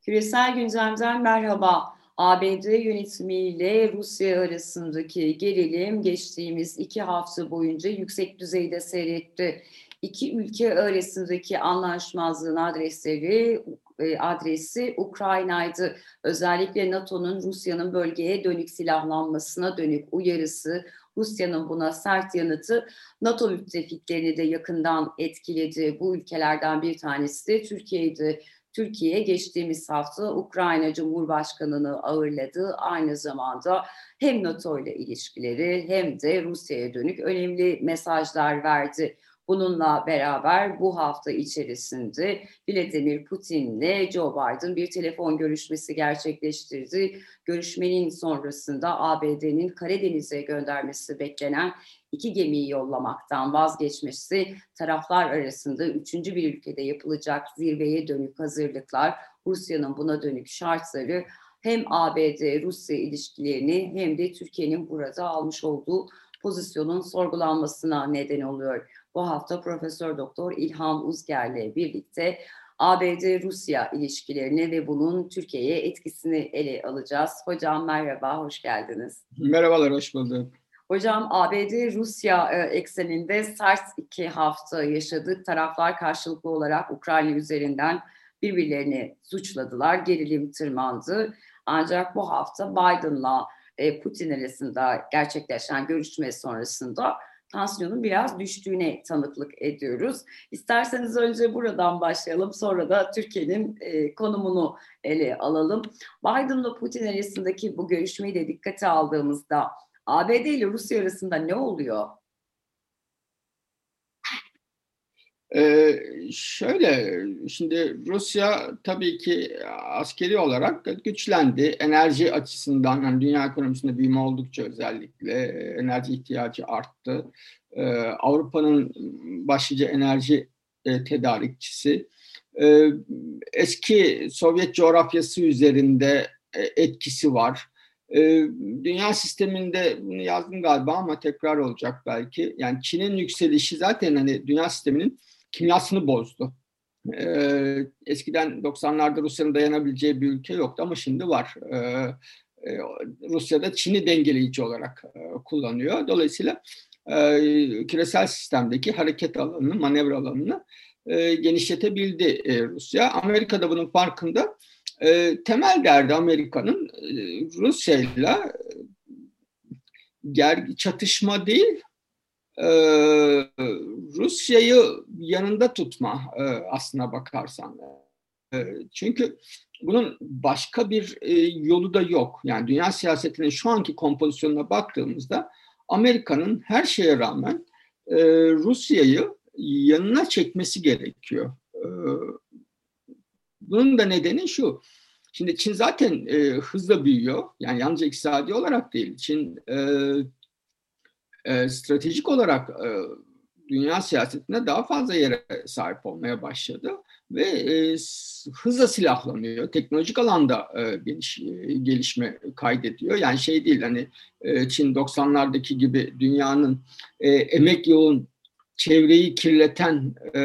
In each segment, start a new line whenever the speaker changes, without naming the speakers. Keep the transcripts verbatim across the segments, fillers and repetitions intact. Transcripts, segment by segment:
Küresel gündemden merhaba. A B D yönetimiyle Rusya arasındaki gerilim geçtiğimiz iki hafta boyunca yüksek düzeyde seyretti. İki ülke arasındaki anlaşmazlığın adresleri e, adresi Ukrayna'ydı. Özellikle NATO'nun Rusya'nın bölgeye dönük silahlanmasına dönük uyarısı, Rusya'nın buna sert yanıtı NATO müttefiklerini de yakından etkiledi. Bu ülkelerden bir tanesi de Türkiye'ydi. Türkiye geçtiğimiz hafta Ukrayna Cumhurbaşkanı'nı ağırladı. Aynı zamanda hem NATO ile ilişkileri hem de Rusya'ya dönük önemli mesajlar verdi. Bununla beraber bu hafta içerisinde Vladimir Putin'le Joe Biden bir telefon görüşmesi gerçekleştirdi. Görüşmenin sonrasında A B D'nin Karadeniz'e göndermesi beklenen iki gemiyi yollamaktan vazgeçmesi, taraflar arasında üçüncü bir ülkede yapılacak zirveye dönük hazırlıklar, Rusya'nın buna dönük şartları hem A B D-Rusya ilişkilerini hem de Türkiye'nin burada almış olduğu pozisyonun sorgulanmasına neden oluyor. Bu hafta Profesör Doktor İlhan Uzger'le birlikte A B D-Rusya ilişkilerini ve bunun Türkiye'ye etkisini ele alacağız. Hocam merhaba, hoş geldiniz.
Merhabalar, hoş bulduk.
Hocam A B D-Rusya e, ekseninde sert iki hafta yaşadık. Taraflar karşılıklı olarak Ukrayna üzerinden birbirlerini suçladılar. Gerilim tırmandı. Ancak bu hafta Biden'la e, Putin arasında gerçekleşen görüşme sonrasında tansiyonun biraz düştüğüne tanıklık ediyoruz. İsterseniz önce buradan başlayalım, sonra da Türkiye'nin e, konumunu ele alalım. Biden'la Putin arasındaki bu görüşmeyi de dikkate aldığımızda A B D ile Rusya arasında ne oluyor?
Ee, şöyle, şimdi Rusya tabii ki askeri olarak güçlendi. Enerji açısından, yani dünya ekonomisinde büyüme oldukça özellikle enerji ihtiyacı arttı. Ee, Avrupa'nın başlıca enerji e, tedarikçisi. Ee, eski Sovyet coğrafyası üzerinde e, etkisi var. Dünya sisteminde bunu yazdım galiba ama tekrar olacak belki. Yani Çin'in yükselişi zaten hani dünya sisteminin kimyasını bozdu. Ee, eskiden doksanlarda Rusya'nın dayanabileceği bir ülke yoktu ama şimdi var. Ee, Rusya'da Çin'i dengeleyici olarak e, kullanıyor. Dolayısıyla e, küresel sistemdeki hareket alanını, manevra alanını e, genişletebildi e, Rusya. Amerika da bunun farkında. E, temel derdi Amerika'nın e, Rusya'yla ger- çatışma değil, e, Rusya'yı yanında tutma e, aslına bakarsan. E, çünkü bunun başka bir e, yolu da yok. Yani dünya siyasetinin şu anki kompozisyonuna baktığımızda Amerika'nın her şeye rağmen e, Rusya'yı yanına çekmesi gerekiyor. E, bunun da nedeni şu. Şimdi Çin zaten e, hızla büyüyor. Yani yalnızca iktisadi olarak değil. Çin e, e, stratejik olarak e, dünya siyasetinde daha fazla yere sahip olmaya başladı. Ve e, hızla silahlanıyor. Teknolojik alanda e, geliş, e, gelişme kaydediyor. Yani şey değil hani e, Çin doksanlardaki gibi dünyanın e, emek yoğun, çevreyi kirleten e,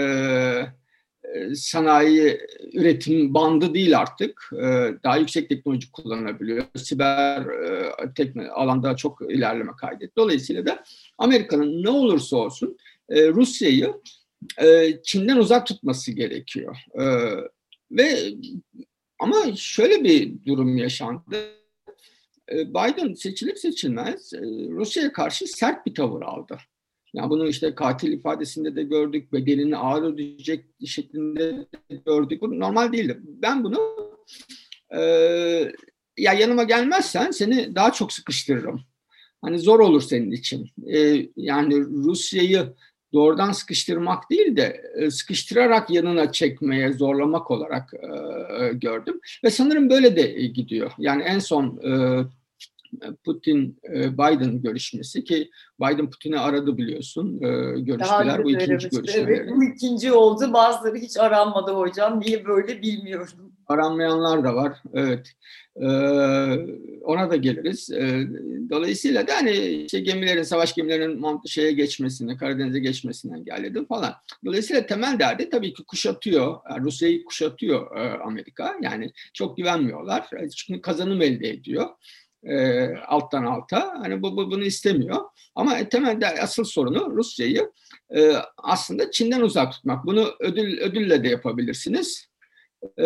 sanayi üretim bandı değil artık. Daha yüksek teknoloji kullanılabiliyor. Siber teknoloji alanda çok ilerleme kaydetti. Dolayısıyla da Amerika'nın ne olursa olsun Rusya'yı Çin'den uzak tutması gerekiyor. Ve ama şöyle bir durum yaşandı. Biden seçilip seçilmez Rusya'ya karşı sert bir tavır aldı. Yani bunu işte katil ifadesinde de gördük, bedelini ağır ödeyecek şeklinde de gördük. Bu normal değildi. Ben bunu e, ya yanıma gelmezsen seni daha çok sıkıştırırım. Hani zor olur senin için. E, yani Rusya'yı doğrudan sıkıştırmak değil de e, sıkıştırarak yanına çekmeye zorlamak olarak e, gördüm. Ve sanırım böyle de gidiyor. Yani en son e, Putin-Biden görüşmesi ki Biden Putin'i aradı biliyorsun e, görüştüler.
Daha
Bu ikinci
evet,
görüşmeleri.
bu ikinci oldu. Bazıları hiç aranmadı hocam. Niye böyle bilmiyorum.
Aranmayanlar da var. Evet. Ee, ona da geliriz. Ee, dolayısıyla da hani işte gemilerin, savaş gemilerinin Mont şeye geçmesini, Karadeniz'e geçmesini engelledi falan. Dolayısıyla temel derdi tabii ki kuşatıyor. Yani Rusya'yı kuşatıyor e, Amerika. Yani çok güvenmiyorlar. Çünkü kazanım elde ediyor. E, alttan alta. Hani bu, bu bunu istemiyor. Ama temelde asıl sorunu Rusya'yı e, aslında Çin'den uzak tutmak. Bunu ödül ödülle de yapabilirsiniz, e,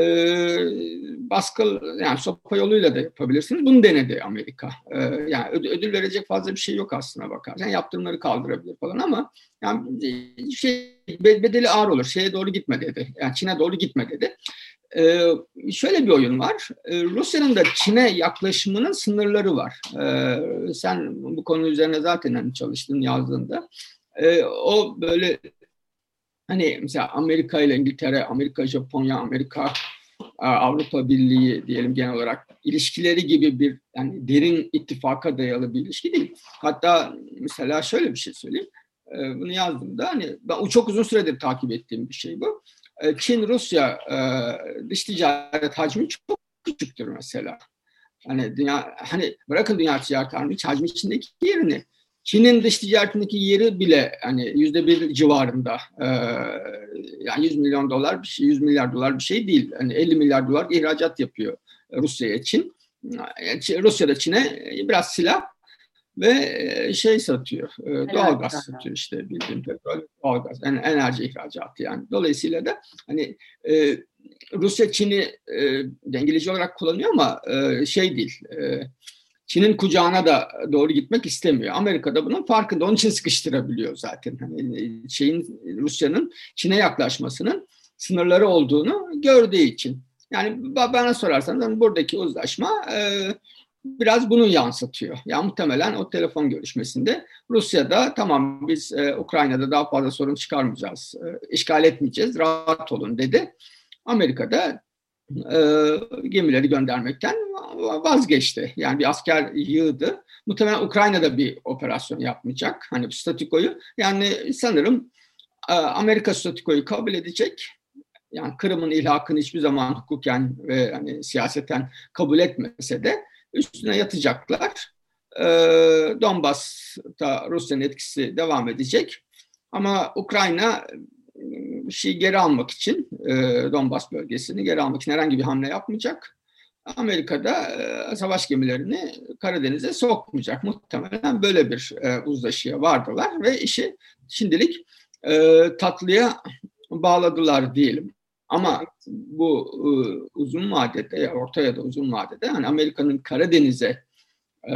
baskı yani sopa yoluyla da yapabilirsiniz. Bunu denedi Amerika. E, yani ödül, ödül verecek fazla bir şey yok aslına bakarsan. Yani yaptırımları kaldırabilir falan ama yani şey bedeli ağır olur. Şeye doğru gitme dedi. Yani Çin'e doğru gitme dedi. Ee, şöyle bir oyun var. Ee, Rusya'nın da Çin'e yaklaşımının sınırları var. Ee, sen bu konu üzerine zaten hani çalıştın yazdığında. Ee, o böyle hani mesela Amerika ile İngiltere, Amerika, Japonya, Amerika, Avrupa Birliği diyelim genel olarak ilişkileri gibi bir yani derin ittifaka dayalı bir ilişki değil. Hatta mesela şöyle bir şey söyleyeyim. Bunu yazdım da hani ben çok uzun süredir takip ettiğim bir şey bu. Çin-Rusya dış ticaret hacmi çok küçüktür mesela. Hani dünya hani bırakın dünya ticaret hacmi, hacmi içindeki yerini. Çin'in dış ticaretindeki yeri bile hani yüzde bir civarında. Ee, yani yüz milyon dolar bir şey, yüz milyar dolar bir şey değil. Hani elli milyar dolar ihracat yapıyor Rusya'ya Çin. Rusya da Çin'e biraz silah ve şey satıyor. Doğal gaz satıyor işte bildiğim petrol, doğal gaz, enerji ihracatı yani. Dolayısıyla da hani e, Rusya Çin'i e, dengeleyici olarak kullanıyor ama e, şey değil. E, Çin'in kucağına da doğru gitmek istemiyor. Amerika da bunun farkında. Onun için sıkıştırabiliyor zaten. Hani şeyin Rusya'nın Çin'e yaklaşmasının sınırları olduğunu gördüğü için. Yani bana sorarsanız hani buradaki uzlaşma e, biraz bunu yansıtıyor. Yani muhtemelen o telefon görüşmesinde Rusya'da tamam biz e, Ukrayna'da daha fazla sorun çıkarmayacağız, e, işgal etmeyeceğiz, rahat olun dedi. Amerika'da e, gemileri göndermekten vazgeçti. Yani bir asker yığdı. Muhtemelen Ukrayna'da bir operasyon yapmayacak. Hani statükoyu. Yani sanırım e, Amerika statükoyu kabul edecek. Yani Kırım'ın ilhakını hiçbir zaman hukuken ve hani siyaseten kabul etmese de üstüne yatacaklar. E, Donbas'ta Rusya'nın etkisi devam edecek. Ama Ukrayna şey geri almak için e, Donbas bölgesini geri almak için herhangi bir hamle yapmayacak. Amerika'da e, savaş gemilerini Karadeniz'e sokmayacak. Muhtemelen böyle bir e, uzlaşıya vardılar ve işi şimdilik e, tatlıya bağladılar diyelim. Ama bu e, uzun vadede ya orta ya da uzun vadede hani Amerika'nın Karadeniz'e e,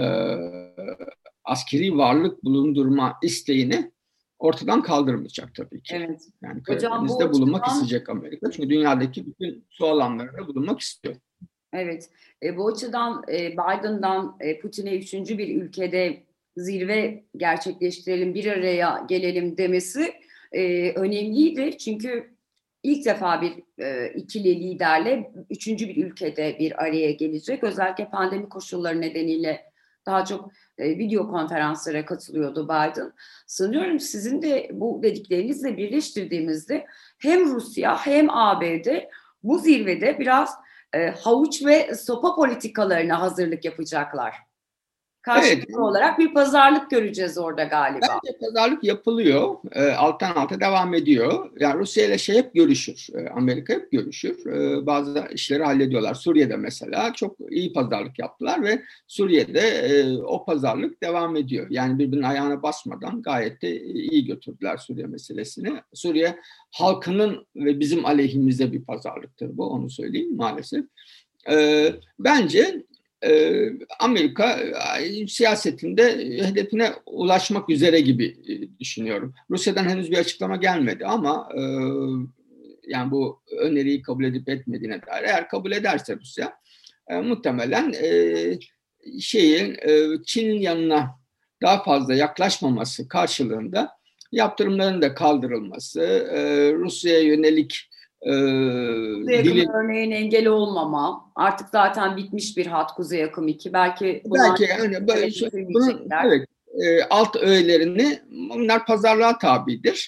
askeri varlık bulundurma isteğini ortadan kaldırmayacak tabii ki.
Evet.
Yani
Hocam bu
Karadeniz'de bulunmak
açıdan
isteyecek Amerika. Çünkü dünyadaki bütün su alanlarında bulunmak istiyor.
evet. E, bu açıdan e, Biden'dan e, Putin'e üçüncü bir ülkede zirve gerçekleştirelim, bir araya gelelim demesi e, önemliydi. Çünkü ilk defa bir e, ikili liderle üçüncü bir ülkede bir araya gelecek. Özellikle pandemi koşulları nedeniyle daha çok e, video konferanslara katılıyordu Biden. Sanıyorum sizin de bu dediklerinizle birleştirdiğimizde hem Rusya hem A B D bu zirvede biraz e, havuç ve sopa politikalarına hazırlık yapacaklar.
Evet,
Karşılıklı olarak bir pazarlık göreceğiz orada galiba.
bence pazarlık yapılıyor. E, alttan alta devam ediyor. Yani Rusya ile şey hep görüşür. E, Amerika hep görüşür. E, bazı işleri hallediyorlar. Suriye'de mesela çok iyi pazarlık yaptılar ve Suriye'de e, o pazarlık devam ediyor. Yani birbirinin ayağına basmadan gayet de iyi götürdüler Suriye meselesini. Suriye halkının ve bizim aleyhimize bir pazarlıktır bu. Onu söyleyeyim maalesef. E, bence e, Amerika e, siyasetinde hedefine ulaşmak üzere gibi e, düşünüyorum. Rusya'dan henüz bir açıklama gelmedi ama e, yani bu öneriyi kabul edip etmediğine dair eğer kabul ederse Rusya e, muhtemelen e, şeyin e, Çin'in yanına daha fazla yaklaşmaması karşılığında yaptırımların da kaldırılması, e, Rusya'ya yönelik e,
Kuzey akımı
dili
örneğin engel olmama. Artık zaten bitmiş bir hat Kuzey akım iki. Belki bunlar
belki yani
hale
böyle şey, bunun
getirmeyecekler.
evet e, alt öğelerini bunlar pazarlığa tabidir.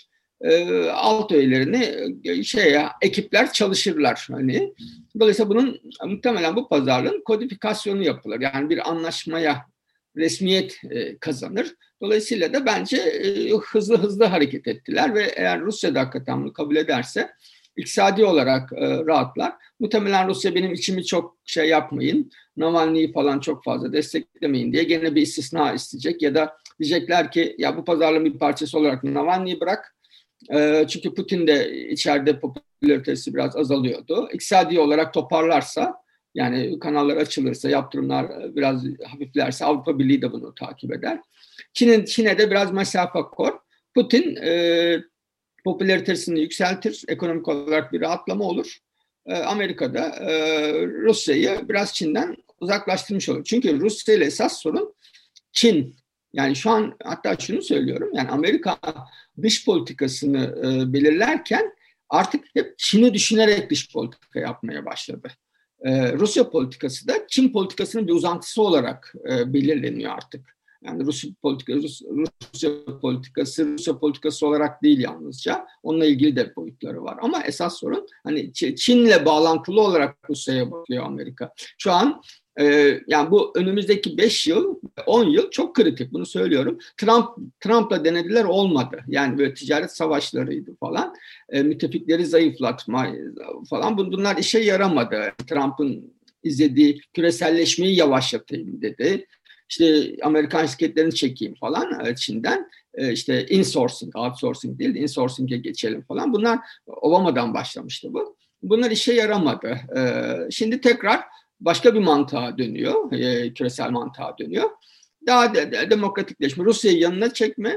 e, alt öğelerini e, şeye ekipler çalışırlar hani. Dolayısıyla bunun muhtemelen bu pazarlığın kodifikasyonu yapılır. Yani bir anlaşmaya resmiyet e, kazanır. Dolayısıyla da bence e, hızlı hızlı hareket ettiler ve eğer Rusya da hakikaten bunu kabul ederse iktisadi olarak e, rahatlar. Muhtemelen Rusya benim içimi çok şey yapmayın, Navalny'yi falan çok fazla desteklemeyin diye gene bir istisna isteyecek ya da diyecekler ki ya bu pazarlığın bir parçası olarak Navalny'yi bırak. E, çünkü Putin de içeride popülaritesi biraz azalıyordu. İktisadi olarak toparlarsa yani kanallar açılırsa, yaptırımlar biraz hafiflerse Avrupa Birliği de bunu takip eder. Çin'in Çin'e de biraz mesafe kor. Putin e, popülaritesini yükseltir, ekonomik olarak bir rahatlama olur. E, Amerika'da e, Rusya'yı biraz Çin'den uzaklaştırmış olur. Çünkü Rusya ile esas sorun Çin. Yani şu an hatta şunu söylüyorum. Yani Amerika dış politikasını e, belirlerken artık hep Çin'i düşünerek dış politika yapmaya başladı. E, Rusya politikası da Çin politikasının bir uzantısı olarak e, belirleniyor artık. Yani Rusya politikası, Rus, Rusya politikası, Rusya politikası olarak değil yalnızca. Onunla ilgili de boyutları var. Ama esas sorun hani Çin'le bağlantılı olarak Rusya'ya bakıyor Amerika. Şu an e, yani bu önümüzdeki beş yıl, on yıl çok kritik. Bunu söylüyorum. Trump Trump'la denediler olmadı. Yani böyle ticaret savaşlarıydı falan. E, müttefikleri zayıflatma falan. Bunlar işe yaramadı. Trump'ın izlediği küreselleşmeyi yavaşlatayım dedi. İşte Amerikan şirketlerini çekeyim falan Çin'den. İşte insourcing, outsourcing değil, insourcing'e geçelim falan. Bunlar Obama'dan başlamıştı bu. Bunlar işe yaramadı. Şimdi tekrar başka bir mantığa dönüyor, küresel mantığa dönüyor. Daha de, de, demokratikleşme, Rusya'yı yanına çekme,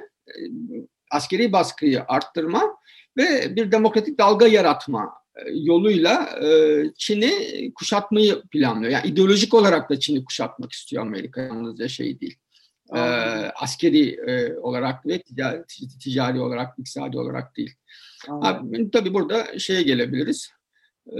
askeri baskıyı arttırma ve bir demokratik dalga yaratma yoluyla Çin'i kuşatmayı planlıyor. Yani ideolojik olarak da Çin'i kuşatmak istiyor Amerika, yalnızca şey değil. E, askeri e, olarak ve ticari, ticari olarak, iktisadi olarak değil. Ha, tabii burada şeye gelebiliriz. E,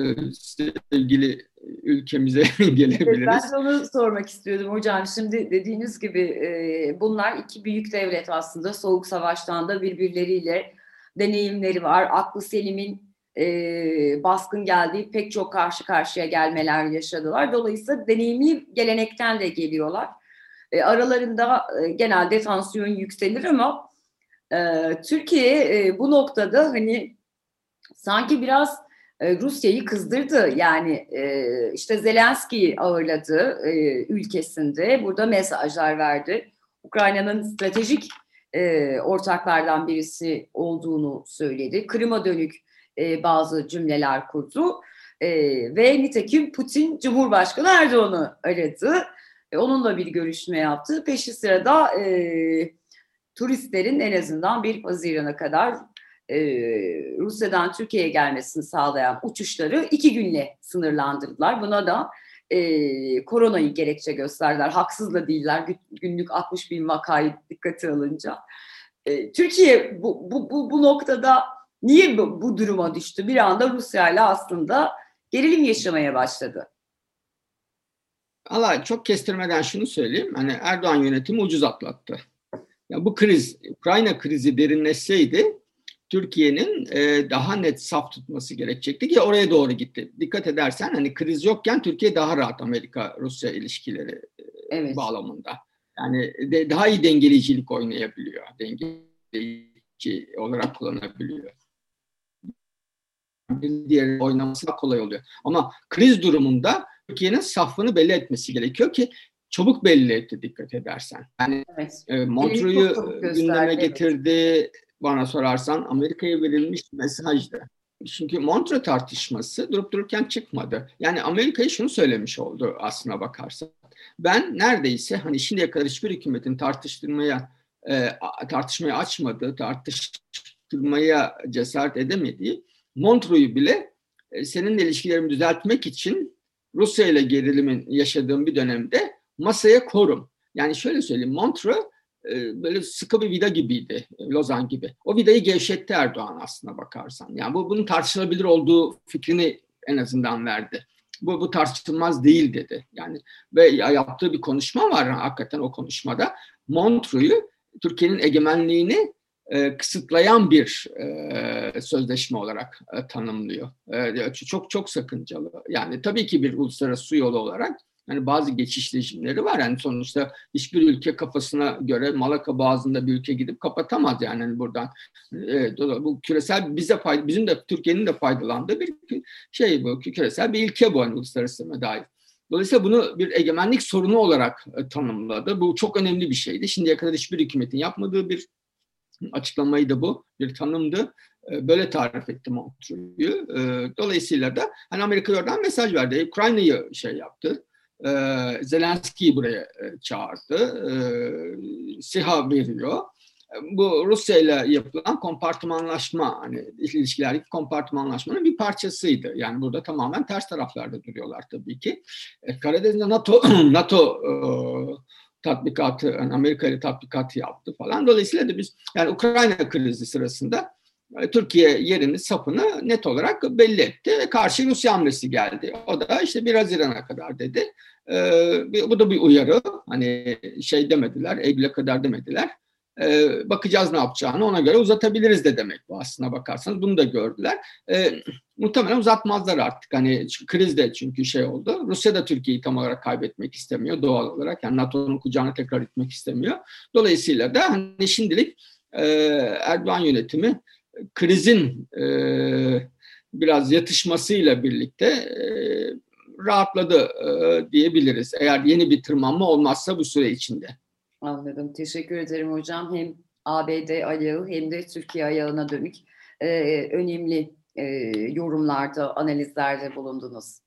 sevgili ülkemize gelebiliriz.
Evet, ben de onu sormak istiyordum hocam. Şimdi dediğiniz gibi e, bunlar iki büyük devlet aslında. Soğuk Savaş'tan da birbirleriyle deneyimleri var. Aklı Selim'in e, baskın geldiği pek çok karşı karşıya gelmeler yaşadılar. Dolayısıyla deneyimli gelenekten de geliyorlar. E, aralarında e, genelde tansiyon yükselir ama e, Türkiye e, bu noktada hani sanki biraz e, Rusya'yı kızdırdı. Yani e, işte Zelenski'yi ağırladı e, ülkesinde. Burada mesajlar verdi. Ukrayna'nın stratejik e, ortaklardan birisi olduğunu söyledi. Kırım'a dönük e, bazı cümleler kurdu. E, ve nitekim Putin Cumhurbaşkanı Erdoğan'ı aradı. E, onunla bir görüşme yaptı. Peşi sırada e, turistlerin en azından bir Haziran'a kadar e, Rusya'dan Türkiye'ye gelmesini sağlayan uçuşları iki günle sınırlandırdılar. Buna da e, koronayı gerekçe gösterdiler. Haksız da değiller. Günlük altmış bin vakayı dikkate alınca. E, Türkiye bu, bu, bu, bu noktada niye bu, bu duruma düştü? Bir anda Rusya ile aslında gerilim yaşamaya başladı.
Allah çok kestirmeden şunu söyleyeyim. Hani Erdoğan yönetimi ucuz atlattı. Ya bu kriz, Ukrayna krizi derinleşseydi Türkiye'nin e, daha net saf tutması gerekecekti ki oraya doğru gitti. Dikkat edersen hani kriz yokken Türkiye daha rahat Amerika-Rusya ilişkileri e, evet. bağlamında. Yani de, daha iyi dengeleyicilik oynayabiliyor. Dengeleyici olarak kullanabiliyor. Bir diğer oynaması da kolay oluyor. Ama kriz durumunda Türkiye'nin safını belli etmesi gerekiyor ki çabuk belli etti dikkat edersen. Yani evet. e, Montreux'u gündeme getirdi. Evet. Bana sorarsan Amerika'ya verilmiş mesajdı. Çünkü Montreux tartışması durup dururken çıkmadı. Yani Amerika'ya şunu söylemiş oldu aslına bakarsan. Ben neredeyse hani şimdiye kadar hiçbir hükümetin tartıştırmaya e, tartışmaya açmadığı, tartıştırmaya cesaret edemediği Montreux'u bile e, seninle ilişkilerimi düzeltmek için Rusya ile gerilimin yaşadığım bir dönemde masaya korum. Yani şöyle söyleyeyim, Montreux e, böyle sıkı bir vida gibiydi, Lozan gibi. O vidayı gevşetti Erdoğan aslına bakarsan. Yani bu bunun tartışılabilir olduğu fikrini en azından verdi. Bu, bu tartışılmaz değil dedi. Yani ve yaptığı bir konuşma var hakikaten o konuşmada. Montreux'u Türkiye'nin egemenliğini e, kısıtlayan bir e, sözleşme olarak e, tanımlıyor. E, çok çok sakıncalı. Yani tabii ki bir uluslararası su yolu olarak hani bazı geçiş rejimleri var. Yani sonuçta hiçbir ülke kafasına göre Malaka Boğazı'nda bir ülke gidip kapatamaz yani hani buradan. E, bu küresel bize fayda, bizim de Türkiye'nin de faydalandığı bir şey bu. Küresel bir ilke bu hani uluslararası dair. Dolayısıyla bunu bir egemenlik sorunu olarak e, tanımladı. Bu çok önemli bir şeydi. Şimdiye kadar hiçbir hükümetin yapmadığı bir açıklamayı da bu. Bir tanımdı. E, böyle tarif etti Montreux'u. E, dolayısıyla da hani Amerika oradan mesaj verdi. Ukrayna'yı şey yaptı. E, Zelenski'yi buraya e, çağırdı. E, SİHA veriyor. Bu Rusya ile yapılan kompartımanlaşma, hani ilişkilerdeki kompartımanlaşmanın bir parçasıydı. Yani burada tamamen ters taraflarda duruyorlar tabii ki. E, Karadeniz'de NATO NATO e, tatbikatı, yani Amerika ile tatbikatı yaptı falan. Dolayısıyla da biz yani Ukrayna krizi sırasında e, Türkiye yerini, sapını net olarak belli etti ve karşı Rusya hamlesi geldi. O da işte bir Haziran'a kadar dedi. E, bu da bir uyarı. Hani şey demediler, Eylül'e kadar demediler. Ee, bakacağız ne yapacağını, ona göre uzatabiliriz de demek bu aslına bakarsanız. Bunu da gördüler. Ee, muhtemelen uzatmazlar artık. Hani kriz de çünkü şey oldu. Rusya da Türkiye'yi tam olarak kaybetmek istemiyor doğal olarak. Yani NATO'nun kucağına tekrar itmek istemiyor. Dolayısıyla da hani şimdilik e, Erdoğan yönetimi krizin e, biraz yatışmasıyla birlikte e, rahatladı e, diyebiliriz. Eğer yeni bir tırmanma olmazsa bu süre içinde.
Anladım. Teşekkür ederim hocam. Hem A B D ayağı hem de Türkiye ayağına dönük e, önemli e, yorumlarda, analizlerde bulundunuz.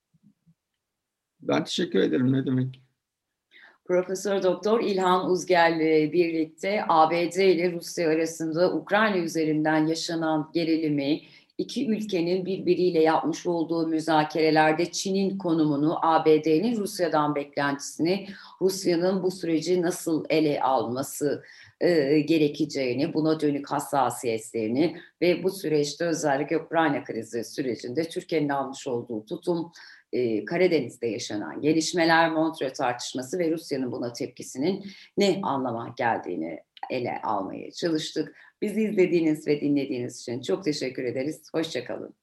Ben teşekkür ederim. Ne demek?
Profesör Doktor İlhan Uzger'le birlikte A B D ile Rusya arasında Ukrayna üzerinden yaşanan gerilimi, iki ülkenin birbiriyle yapmış olduğu müzakerelerde Çin'in konumunu, A B D'nin Rusya'dan beklentisini, Rusya'nın bu süreci nasıl ele alması e, gerekeceğini, buna dönük hassasiyetlerini ve bu süreçte özellikle Ukrayna krizi sürecinde Türkiye'nin almış olduğu tutum, e, Karadeniz'de yaşanan gelişmeler, Montreux tartışması ve Rusya'nın buna tepkisinin ne anlama geldiğini ele almaya çalıştık. Bizi izlediğiniz ve dinlediğiniz için çok teşekkür ederiz. Hoşça kalın.